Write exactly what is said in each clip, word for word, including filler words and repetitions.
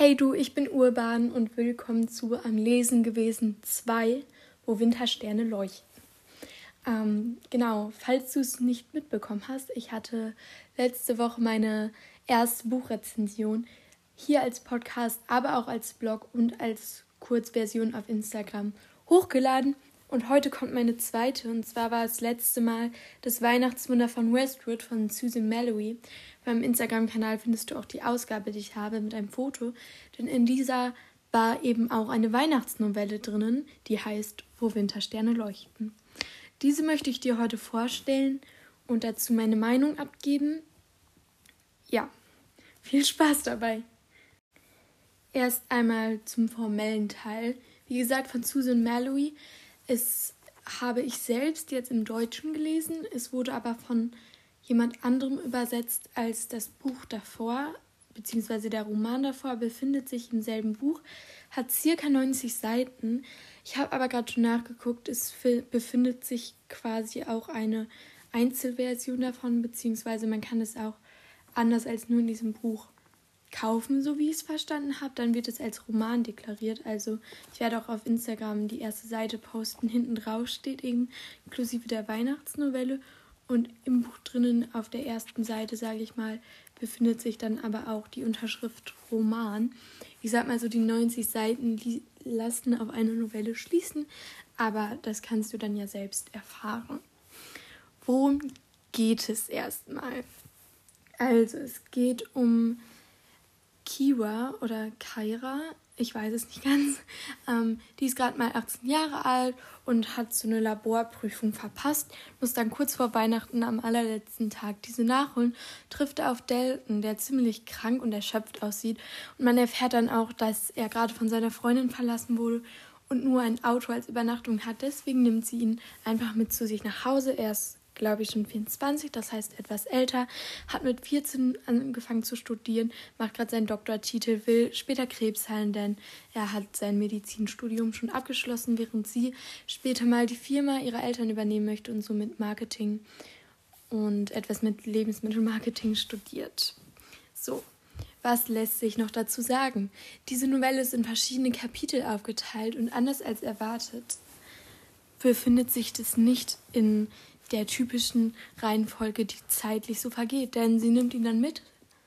Hey du, ich bin Urban und willkommen zu Am Lesen gewesen zwei, wo Wintersterne leuchten. Ähm, genau, falls du es nicht mitbekommen hast, ich hatte letzte Woche meine erste Buchrezension hier als Podcast, aber auch als Blog und als Kurzversion auf Instagram hochgeladen. Und heute kommt meine zweite, und zwar war das letzte Mal das Weihnachtswunder von Westwood von Susan Mallory. Beim Instagram-Kanal findest du auch die Ausgabe, die ich habe, mit einem Foto. Denn in dieser war eben auch eine Weihnachtsnovelle drinnen, die heißt Wo Wintersterne leuchten. Diese möchte ich dir heute vorstellen und dazu meine Meinung abgeben. Ja, viel Spaß dabei. Erst einmal zum formellen Teil. Wie gesagt, von Susan Mallory. Es habe ich selbst jetzt im Deutschen gelesen. Es wurde aber von jemand anderem übersetzt als das Buch davor, beziehungsweise der Roman davor, befindet sich im selben Buch, hat circa neunzig Seiten. Ich habe aber gerade schon nachgeguckt, es befindet sich quasi auch eine Einzelversion davon, beziehungsweise man kann es auch anders als nur in diesem Buch kaufen, so wie ich es verstanden habe. Dann wird es als Roman deklariert. Also ich werde auch auf Instagram die erste Seite posten. Hinten drauf steht eben inklusive der Weihnachtsnovelle. Und im Buch drinnen auf der ersten Seite, sage ich mal, befindet sich dann aber auch die Unterschrift Roman. Ich sag mal so, die neunzig Seiten li- lassen auf eine Novelle schließen, aber das kannst du dann ja selbst erfahren. Worum geht es erstmal? Also es geht um Kira oder Kyra, ich weiß es nicht ganz, ähm, die ist gerade mal achtzehn Jahre alt und hat so eine Laborprüfung verpasst, muss dann kurz vor Weihnachten am allerletzten Tag diese nachholen, trifft auf Dalton, der ziemlich krank und erschöpft aussieht, und man erfährt dann auch, dass er gerade von seiner Freundin verlassen wurde und nur ein Auto als Übernachtung hat, deswegen nimmt sie ihn einfach mit zu sich nach Hause. Er ist, glaube ich, schon vierundzwanzig, das heißt etwas älter, hat mit vierzehn angefangen zu studieren, macht gerade seinen Doktortitel, will später Krebs heilen, denn er hat sein Medizinstudium schon abgeschlossen, während sie später mal die Firma ihrer Eltern übernehmen möchte und somit Marketing und etwas mit Lebensmittelmarketing studiert. So, was lässt sich noch dazu sagen? Diese Novelle ist in verschiedene Kapitel aufgeteilt und anders als erwartet befindet sich das nicht in der typischen Reihenfolge, die zeitlich so vergeht, denn sie nimmt ihn dann mit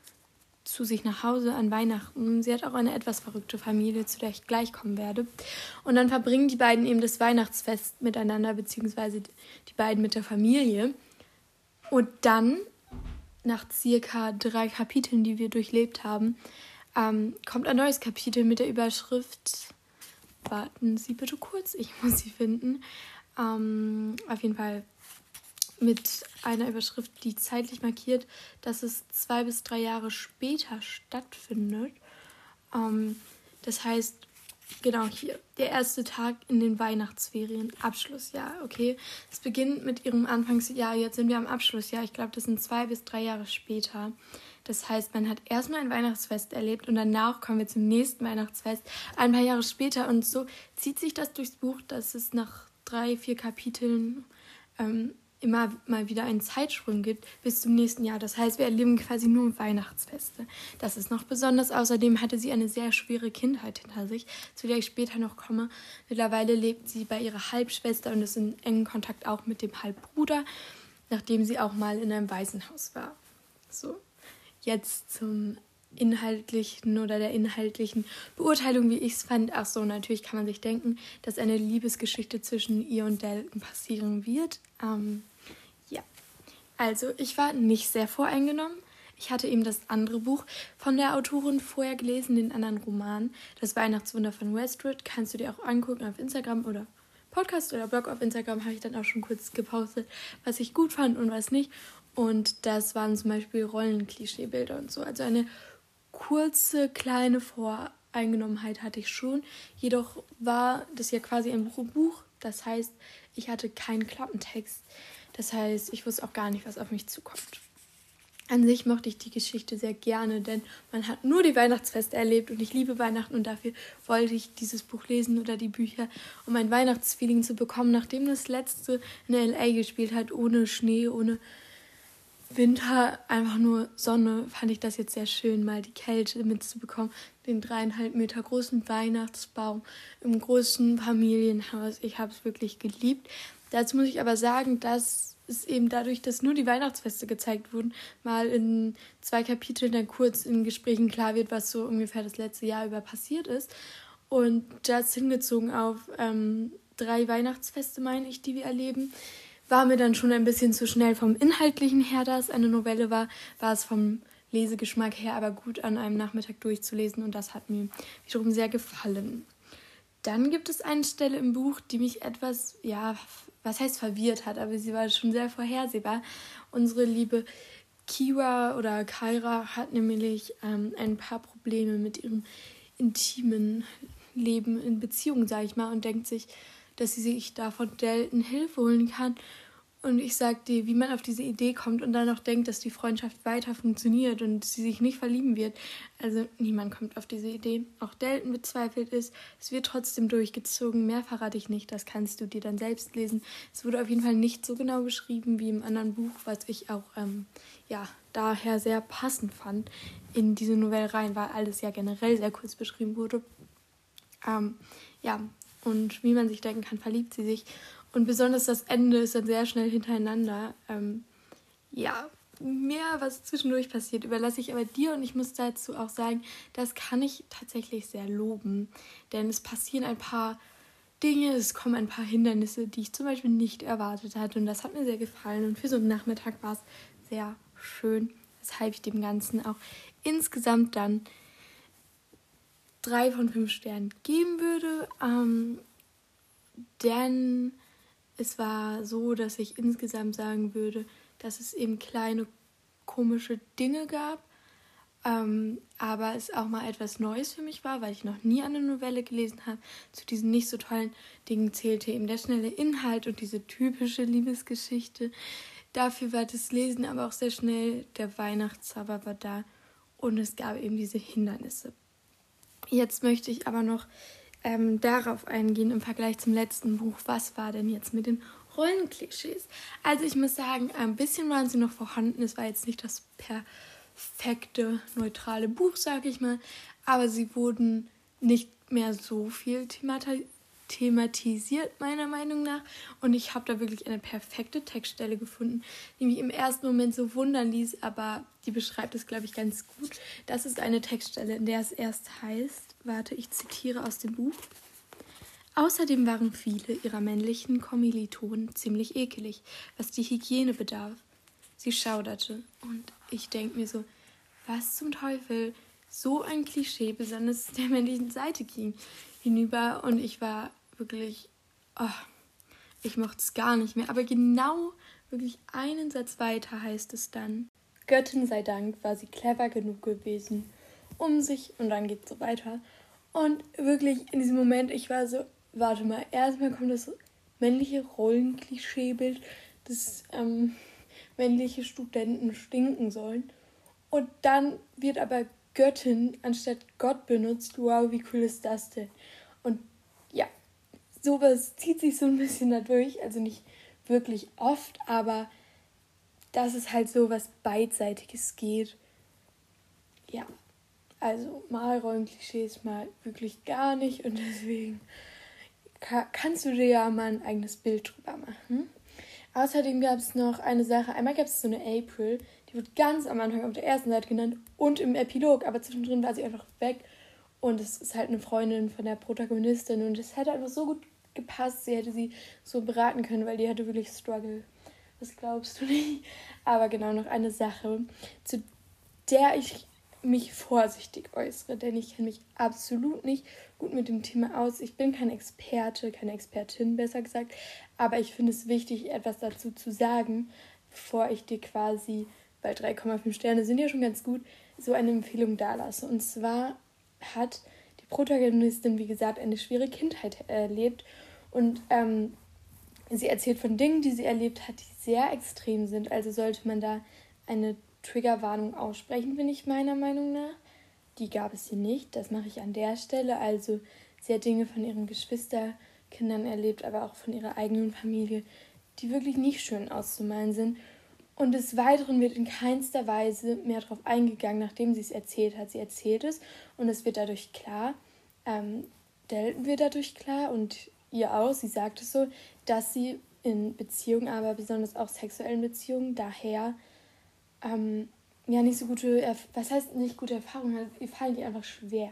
zu sich nach Hause an Weihnachten. Sie hat auch eine etwas verrückte Familie, zu der ich gleich kommen werde. Und dann verbringen die beiden eben das Weihnachtsfest miteinander, beziehungsweise die beiden mit der Familie. Und dann, nach circa drei Kapiteln, die wir durchlebt haben, ähm, kommt ein neues Kapitel mit der Überschrift, warten Sie bitte kurz, ich muss sie finden, ähm, auf jeden Fall mit einer Überschrift, die zeitlich markiert, dass es zwei bis drei Jahre später stattfindet. Ähm, das heißt, genau hier, der erste Tag in den Weihnachtsferien, Abschlussjahr, okay? Es beginnt mit ihrem Anfangsjahr, jetzt sind wir am Abschlussjahr, ich glaube, das sind zwei bis drei Jahre später. Das heißt, man hat erstmal ein Weihnachtsfest erlebt und danach kommen wir zum nächsten Weihnachtsfest, ein paar Jahre später, und so zieht sich das durchs Buch, dass es nach drei, vier Kapiteln ähm, immer mal wieder einen Zeitsprung gibt bis zum nächsten Jahr. Das heißt, wir erleben quasi nur Weihnachtsfeste. Das ist noch besonders. Außerdem hatte sie eine sehr schwere Kindheit hinter sich, zu der ich später noch komme. Mittlerweile lebt sie bei ihrer Halbschwester und ist in engem Kontakt auch mit dem Halbbruder, nachdem sie auch mal in einem Waisenhaus war. So, jetzt zum inhaltlichen oder der inhaltlichen Beurteilung, wie ich es fand. Ach so, natürlich kann man sich denken, dass eine Liebesgeschichte zwischen ihr und Dalton passieren wird. Ähm, ja, also ich war nicht sehr voreingenommen. Ich hatte eben das andere Buch von der Autorin vorher gelesen, den anderen Roman, Das Weihnachtswunder von Westwood. Kannst du dir auch angucken auf Instagram oder Podcast oder Blog. Auf Instagram habe ich dann auch schon kurz gepostet, was ich gut fand und was nicht. Und das waren zum Beispiel Rollenklischeebilder und so. Also eine kurze, kleine Voreingenommenheit hatte ich schon. Jedoch war das ja quasi ein Buch. Das heißt, ich hatte keinen Klappentext. Das heißt, ich wusste auch gar nicht, was auf mich zukommt. An sich mochte ich die Geschichte sehr gerne, denn man hat nur die Weihnachtsfeste erlebt und ich liebe Weihnachten, und dafür wollte ich dieses Buch lesen oder die Bücher, um ein Weihnachtsfeeling zu bekommen, nachdem das letzte in L A gespielt hat, ohne Schnee, ohne Winter einfach nur Sonne, fand ich das jetzt sehr schön, mal die Kälte mitzubekommen. Den dreieinhalb Meter großen Weihnachtsbaum im großen Familienhaus. Ich habe es wirklich geliebt. Dazu muss ich aber sagen, dass es eben dadurch, dass nur die Weihnachtsfeste gezeigt wurden, mal in zwei Kapiteln dann kurz in Gesprächen klar wird, was so ungefähr das letzte Jahr über passiert ist. Und das hingezogen auf ähm, drei Weihnachtsfeste, meine ich, die wir erleben, war mir dann schon ein bisschen zu schnell vom Inhaltlichen her, da es eine Novelle war, war es vom Lesegeschmack her aber gut an einem Nachmittag durchzulesen und das hat mir wiederum sehr gefallen. Dann gibt es eine Stelle im Buch, die mich etwas, ja, was heißt verwirrt hat, aber sie war schon sehr vorhersehbar. Unsere liebe Kira oder Kyra hat nämlich ähm, ein paar Probleme mit ihrem intimen Leben in Beziehung, sage ich mal, und denkt sich, dass sie sich davon selten Hilfe holen kann. Und ich sag dir, wie man auf diese Idee kommt und dann auch denkt, dass die Freundschaft weiter funktioniert und sie sich nicht verlieben wird. Also niemand kommt auf diese Idee. Auch Dalton bezweifelt es. Es wird trotzdem durchgezogen. Mehr verrate ich nicht, das kannst du dir dann selbst lesen. Es wurde auf jeden Fall nicht so genau beschrieben wie im anderen Buch, was ich auch ähm, ja, daher sehr passend fand in diese Novelle rein, weil alles ja generell sehr kurz beschrieben wurde. Ähm, ja, und wie man sich denken kann, verliebt sie sich. Und besonders das Ende ist dann sehr schnell hintereinander. Ähm, ja, mehr, was zwischendurch passiert, überlasse ich aber dir. Und ich muss dazu auch sagen, das kann ich tatsächlich sehr loben. Denn es passieren ein paar Dinge, es kommen ein paar Hindernisse, die ich zum Beispiel nicht erwartet hatte. Und das hat mir sehr gefallen. Und für so einen Nachmittag war es sehr schön, weshalb ich dem Ganzen auch insgesamt dann drei von fünf Sternen geben würde, ähm, denn es war so, dass ich insgesamt sagen würde, dass es eben kleine komische Dinge gab, ähm, aber es auch mal etwas Neues für mich war, weil ich noch nie eine Novelle gelesen habe. Zu diesen nicht so tollen Dingen zählte eben der schnelle Inhalt und diese typische Liebesgeschichte. Dafür war das Lesen aber auch sehr schnell, der Weihnachtszauber war da und es gab eben diese Hindernisse. Jetzt möchte ich aber noch ähm, darauf eingehen im Vergleich zum letzten Buch. Was war denn jetzt mit den Rollenklischees? Also ich muss sagen, ein bisschen waren sie noch vorhanden. Es war jetzt nicht das perfekte, neutrale Buch, sage ich mal. Aber sie wurden nicht mehr so viel themati- thematisiert, meiner Meinung nach. Und ich habe da wirklich eine perfekte Textstelle gefunden, die mich im ersten Moment so wundern ließ, aber die beschreibt es, glaube ich, ganz gut. Das ist eine Textstelle, in der es erst heißt, warte, ich zitiere aus dem Buch. Außerdem waren viele ihrer männlichen Kommilitonen ziemlich ekelig, was die Hygiene bedarf. Sie schauderte und ich denke mir so, was zum Teufel, so ein Klischee, besonders der männlichen Seite ging hinüber und ich war wirklich, oh, ich mochte es gar nicht mehr. Aber genau wirklich einen Satz weiter heißt es dann, Göttin sei Dank war sie clever genug gewesen, um sich, und dann geht es so weiter. Und wirklich in diesem Moment, ich war so, warte mal, erstmal kommt das männliche Rollenklischeebild, dass ähm, männliche Studenten stinken sollen. Und dann wird aber Göttin anstatt Gott benutzt. Wow, wie cool ist das denn? Und ja, sowas zieht sich so ein bisschen dadurch, also nicht wirklich oft, aber dass es halt so was Beidseitiges geht. Ja, also mal Rollenklischees, mal wirklich gar nicht und deswegen ka- kannst du dir ja mal ein eigenes Bild drüber machen. Außerdem gab es noch eine Sache, einmal gab es so eine April, die wird ganz am Anfang auf der ersten Seite genannt und im Epilog, aber zwischendrin war sie einfach weg und es ist halt eine Freundin von der Protagonistin und es hätte einfach so gut gepasst, sie hätte sie so beraten können, weil die hatte wirklich Struggle. Das glaubst du nicht? Aber genau, noch eine Sache, zu der ich mich vorsichtig äußere, denn ich kenne mich absolut nicht gut mit dem Thema aus. Ich bin kein Experte, keine Expertin, besser gesagt, aber ich finde es wichtig, etwas dazu zu sagen, bevor ich dir quasi, weil drei Komma fünf Sterne sind ja schon ganz gut, so eine Empfehlung dalasse. Und zwar hat die Protagonistin, wie gesagt, eine schwere Kindheit erlebt und ähm, sie erzählt von Dingen, die sie erlebt hat, die sehr extrem sind. Also sollte man da eine Triggerwarnung aussprechen, bin ich meiner Meinung nach. Die gab es hier nicht, das mache ich an der Stelle. Also sie hat Dinge von ihren Geschwisterkindern erlebt, aber auch von ihrer eigenen Familie, die wirklich nicht schön auszumalen sind. Und des Weiteren wird in keinster Weise mehr darauf eingegangen, nachdem sie es erzählt hat. Sie erzählt es und es wird dadurch klar, ähm, Dalton wird dadurch klar und ihr auch, sie sagt es so, dass sie in Beziehungen, aber besonders auch sexuellen Beziehungen, daher ähm, ja nicht so gute, Erf- was heißt nicht gute Erfahrungen hat, ihr fallen die einfach schwer.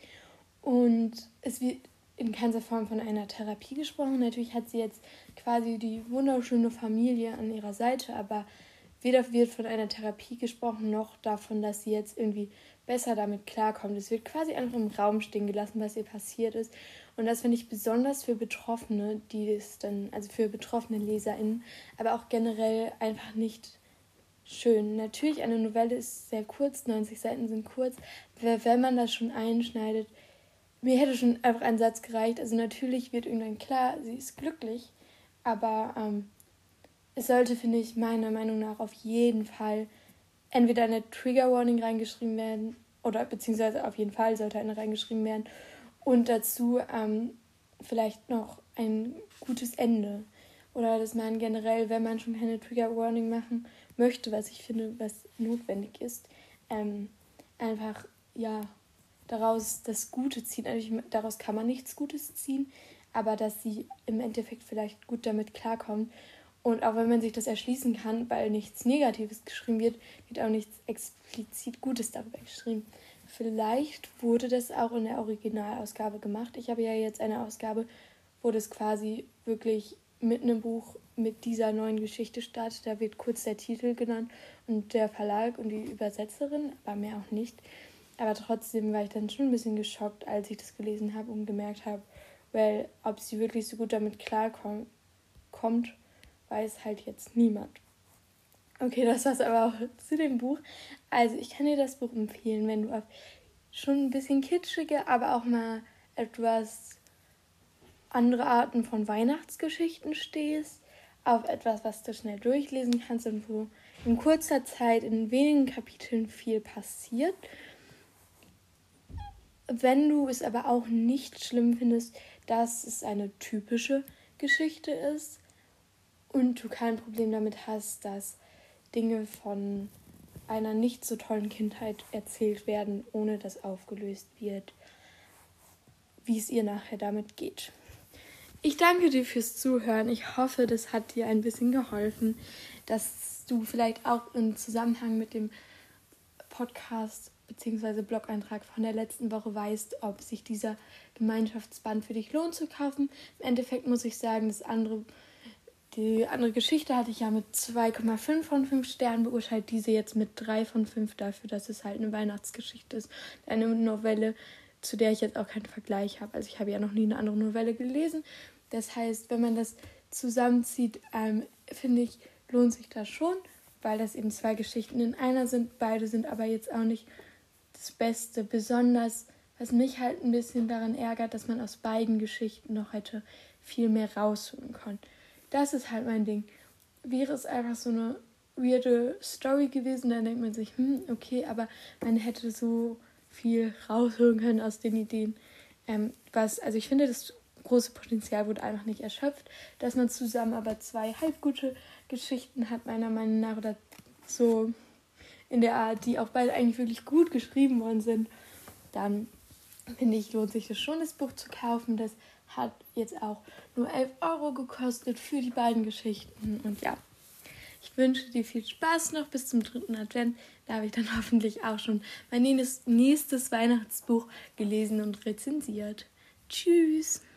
Und es wird in keiner Form von einer Therapie gesprochen. Natürlich hat sie jetzt quasi die wunderschöne Familie an ihrer Seite, aber weder wird von einer Therapie gesprochen, noch davon, dass sie jetzt irgendwie besser damit klarkommt. Es wird quasi einfach im Raum stehen gelassen, was ihr passiert ist. Und das finde ich besonders für Betroffene, die es dann, also für betroffene LeserInnen, aber auch generell einfach nicht schön. Natürlich, eine Novelle ist sehr kurz, neunzig Seiten sind kurz, aber wenn man das schon einschneidet, mir hätte schon einfach ein Satz gereicht. Also natürlich wird irgendwann klar, sie ist glücklich, aber ähm, es sollte, finde ich, meiner Meinung nach auf jeden Fall entweder eine Trigger Warning reingeschrieben werden oder beziehungsweise auf jeden Fall sollte eine reingeschrieben werden und dazu ähm, vielleicht noch ein gutes Ende. Oder dass man generell, wenn man schon keine Trigger Warning machen möchte, was ich finde, was notwendig ist, ähm, einfach, ja, daraus das Gute ziehen. Also ich, daraus kann man nichts Gutes ziehen, aber dass sie im Endeffekt vielleicht gut damit klarkommt. Und auch wenn man sich das erschließen kann, weil nichts Negatives geschrieben wird, wird auch nichts explizit Gutes darüber geschrieben. Vielleicht wurde das auch in der Originalausgabe gemacht. Ich habe ja jetzt eine Ausgabe, wo das quasi wirklich mit einem Buch mit dieser neuen Geschichte startet. Da wird kurz der Titel genannt und der Verlag und die Übersetzerin, aber mehr auch nicht. Aber trotzdem war ich dann schon ein bisschen geschockt, als ich das gelesen habe und gemerkt habe, weil ob sie wirklich so gut damit klarkommt, weiß halt jetzt niemand. Okay, das war's aber auch zu dem Buch. Also ich kann dir das Buch empfehlen, wenn du auf schon ein bisschen kitschige, aber auch mal etwas andere Arten von Weihnachtsgeschichten stehst, auf etwas, was du schnell durchlesen kannst und wo in kurzer Zeit in wenigen Kapiteln viel passiert. Wenn du es aber auch nicht schlimm findest, dass es eine typische Geschichte ist und du kein Problem damit hast, dass Dinge von einer nicht so tollen Kindheit erzählt werden, ohne dass aufgelöst wird, wie es ihr nachher damit geht. Ich danke dir fürs Zuhören. Ich hoffe, das hat dir ein bisschen geholfen, dass du vielleicht auch im Zusammenhang mit dem Podcast bzw. Blog-Eintrag von der letzten Woche weißt, ob sich dieser Gemeinschaftsband für dich lohnt zu kaufen. Im Endeffekt muss ich sagen, das andere, die andere Geschichte hatte ich ja mit zwei Komma fünf von fünf Sternen beurteilt, diese jetzt mit drei von fünf dafür, dass es halt eine Weihnachtsgeschichte ist. Eine Novelle, zu der ich jetzt auch keinen Vergleich habe. Also ich habe ja noch nie eine andere Novelle gelesen. Das heißt, wenn man das zusammenzieht, ähm, finde ich, lohnt sich das schon, weil das eben zwei Geschichten in einer sind. Beide sind aber jetzt auch nicht das Beste. Besonders, was mich halt ein bisschen daran ärgert, dass man aus beiden Geschichten noch hätte viel mehr rausholen können. Das ist halt mein Ding. Wäre es einfach so eine weirde Story gewesen, dann denkt man sich, hm, okay, aber man hätte so viel rausholen können aus den Ideen. Ähm, was, also ich finde, das große Potenzial wurde einfach nicht erschöpft, dass man zusammen aber zwei halbgute Geschichten hat, meiner Meinung nach, oder so in der Art, die auch beide eigentlich wirklich gut geschrieben worden sind, dann finde ich, lohnt sich das schon, das Buch zu kaufen. Das hat jetzt auch nur elf Euro gekostet für die beiden Geschichten. Und ja, ich wünsche dir viel Spaß noch bis zum dritten Advent. Da habe ich dann hoffentlich auch schon mein nächstes Weihnachtsbuch gelesen und rezensiert. Tschüss!